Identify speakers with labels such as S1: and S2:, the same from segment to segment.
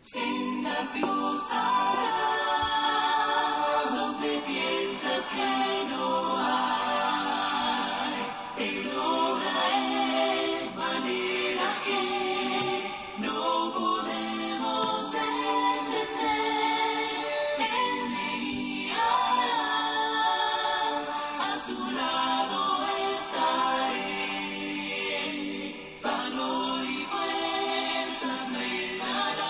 S1: Sin las cruzará, donde piensas que no hay. Él obra en maneras que no podemos entender. Él me guiará, a su lado estaré. Valor y fuerzas me dará.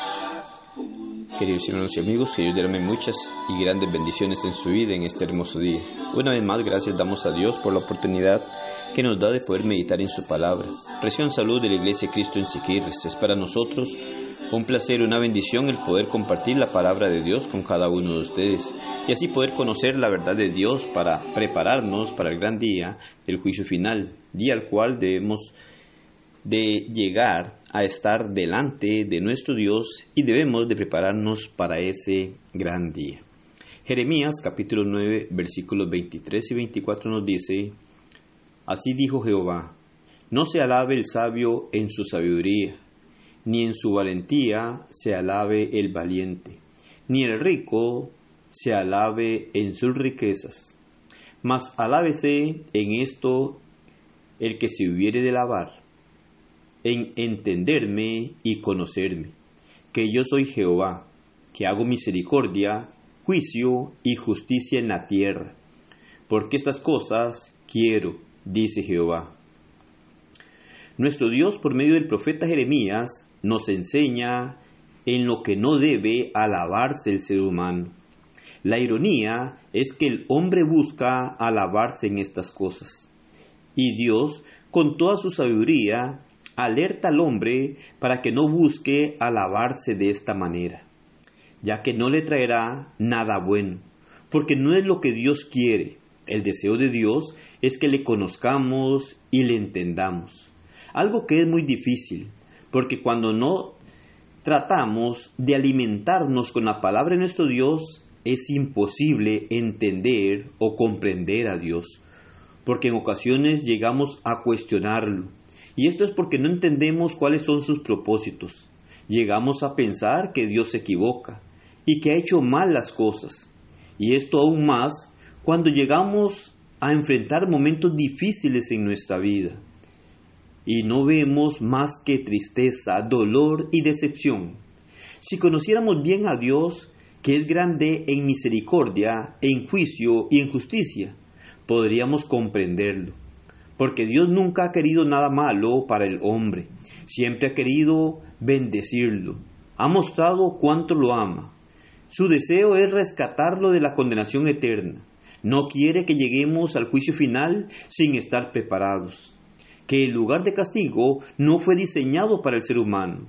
S2: Queridos hermanos y amigos, que Dios derrame muchas y grandes bendiciones en su vida en este hermoso día. Una vez más, gracias damos a Dios por la oportunidad que nos da de poder meditar en su palabra. Reciban salud de la Iglesia de Cristo en Siquirres. Es para nosotros un placer y una bendición el poder compartir la palabra de Dios con cada uno de ustedes y así poder conocer la verdad de Dios para prepararnos para el gran día del juicio final, día al cual debemos de llegar a estar delante de nuestro Dios y debemos de prepararnos para ese gran día. Jeremías capítulo 9 versículos 23 y 24 nos dice: Así dijo Jehová, no se alabe el sabio en su sabiduría, ni en su valentía se alabe el valiente, ni el rico se alabe en sus riquezas, mas alábese en esto el que se hubiere de alabar, en entenderme y conocerme, que yo soy Jehová, que hago misericordia, juicio y justicia en la tierra, porque estas cosas quiero, dice Jehová. Nuestro Dios, por medio del profeta Jeremías, nos enseña en lo que no debe alabarse el ser humano. La ironía es que el hombre busca alabarse en estas cosas, y Dios, con toda su sabiduría, alerta al hombre para que no busque alabarse de esta manera, ya que no le traerá nada bueno, porque no es lo que Dios quiere. El deseo de Dios es que le conozcamos y le entendamos, algo que es muy difícil, porque cuando no tratamos de alimentarnos con la palabra de nuestro Dios, es imposible entender o comprender a Dios, porque en ocasiones llegamos a cuestionarlo. Y esto es porque no entendemos cuáles son sus propósitos. Llegamos a pensar que Dios se equivoca y que ha hecho mal las cosas. Y esto aún más cuando llegamos a enfrentar momentos difíciles en nuestra vida. Y no vemos más que tristeza, dolor y decepción. Si conociéramos bien a Dios, que es grande en misericordia, en juicio y en justicia, podríamos comprenderlo. Porque Dios nunca ha querido nada malo para el hombre, siempre ha querido bendecirlo, ha mostrado cuánto lo ama. Su deseo es rescatarlo de la condenación eterna, no quiere que lleguemos al juicio final sin estar preparados, que el lugar de castigo no fue diseñado para el ser humano,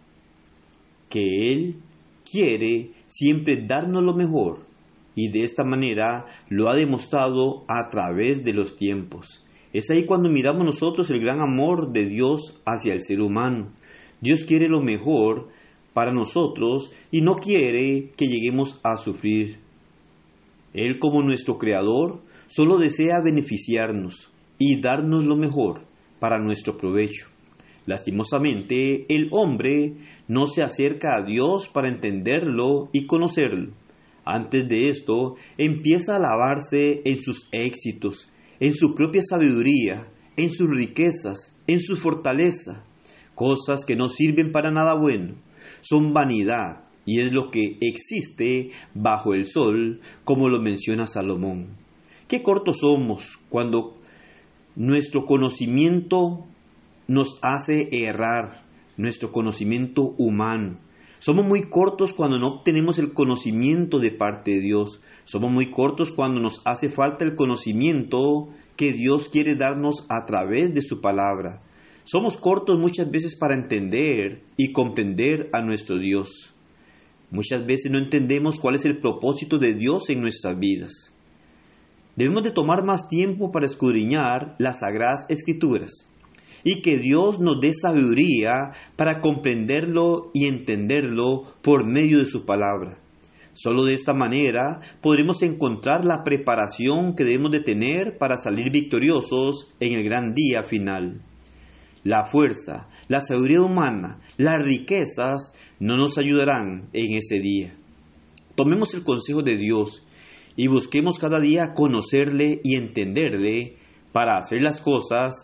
S2: que Él quiere siempre darnos lo mejor y de esta manera lo ha demostrado a través de los tiempos. Es ahí cuando miramos nosotros el gran amor de Dios hacia el ser humano. Dios quiere lo mejor para nosotros y no quiere que lleguemos a sufrir. Él, como nuestro Creador, solo desea beneficiarnos y darnos lo mejor para nuestro provecho. Lastimosamente, el hombre no se acerca a Dios para entenderlo y conocerlo. Antes de esto, empieza a alabarse en sus éxitos, en su propia sabiduría, en sus riquezas, en su fortaleza, cosas que no sirven para nada bueno, son vanidad y es lo que existe bajo el sol, como lo menciona Salomón. Qué cortos somos cuando nuestro conocimiento nos hace errar, nuestro conocimiento humano. Somos muy cortos cuando no obtenemos el conocimiento de parte de Dios. Somos muy cortos cuando nos hace falta el conocimiento que Dios quiere darnos a través de su palabra. Somos cortos muchas veces para entender y comprender a nuestro Dios. Muchas veces no entendemos cuál es el propósito de Dios en nuestras vidas. Debemos de tomar más tiempo para escudriñar las Sagradas Escrituras y que Dios nos dé sabiduría para comprenderlo y entenderlo por medio de su palabra. Solo de esta manera podremos encontrar la preparación que debemos de tener para salir victoriosos en el gran día final. la fuerza, la sabiduría humana, las riquezas no nos ayudarán en ese día. Tomemos el consejo de Dios y busquemos cada día conocerle y entenderle para hacer las cosas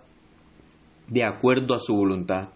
S2: de acuerdo a su voluntad.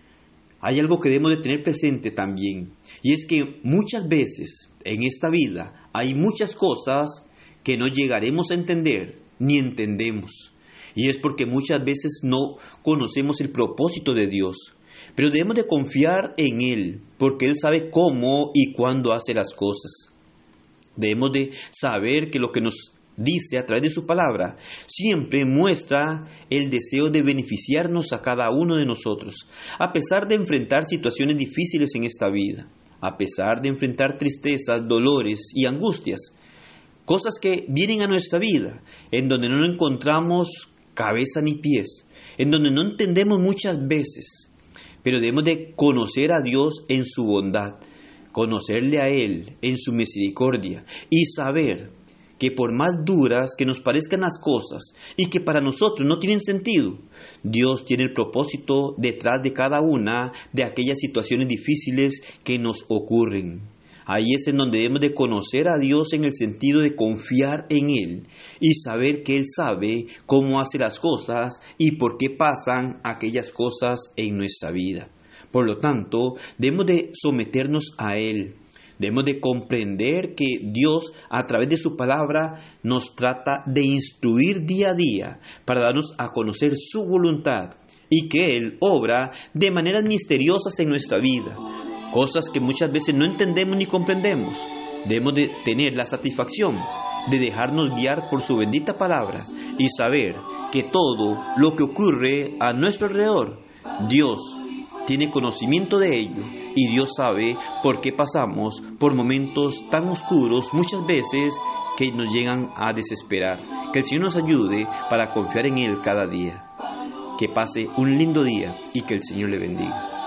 S2: Hay algo que debemos de tener presente también, y es que muchas veces en esta vida hay muchas cosas que no llegaremos a entender ni entendemos. Y es porque muchas veces no conocemos el propósito de Dios. Pero debemos de confiar en Él, porque Él sabe cómo y cuándo hace las cosas. Debemos de saber que lo que nos dice a través de su palabra siempre muestra el deseo de beneficiarnos a cada uno de nosotros, a pesar de enfrentar situaciones difíciles en esta vida, a pesar de enfrentar tristezas, dolores y angustias, cosas que vienen a nuestra vida, en donde no encontramos cabeza ni pies, en donde no entendemos muchas veces, pero debemos de conocer a Dios en su bondad, conocerle a Él en su misericordia y saber que por más duras que nos parezcan las cosas y que para nosotros no tienen sentido, Dios tiene el propósito detrás de cada una de aquellas situaciones difíciles que nos ocurren. Ahí es en donde debemos de conocer a Dios en el sentido de confiar en Él y saber que Él sabe cómo hace las cosas y por qué pasan aquellas cosas en nuestra vida. Por lo tanto, debemos de someternos a Él. Debemos de comprender que Dios a través de su palabra nos trata de instruir día a día para darnos a conocer su voluntad y que Él obra de maneras misteriosas en nuestra vida. Cosas que muchas veces no entendemos ni comprendemos. Debemos de tener la satisfacción de dejarnos guiar por su bendita palabra y saber que todo lo que ocurre a nuestro alrededor, Dios tiene conocimiento de ello y Dios sabe por qué pasamos por momentos tan oscuros muchas veces que nos llegan a desesperar. Que el Señor nos ayude para confiar en Él cada día. Que pase un lindo día y que el Señor le bendiga.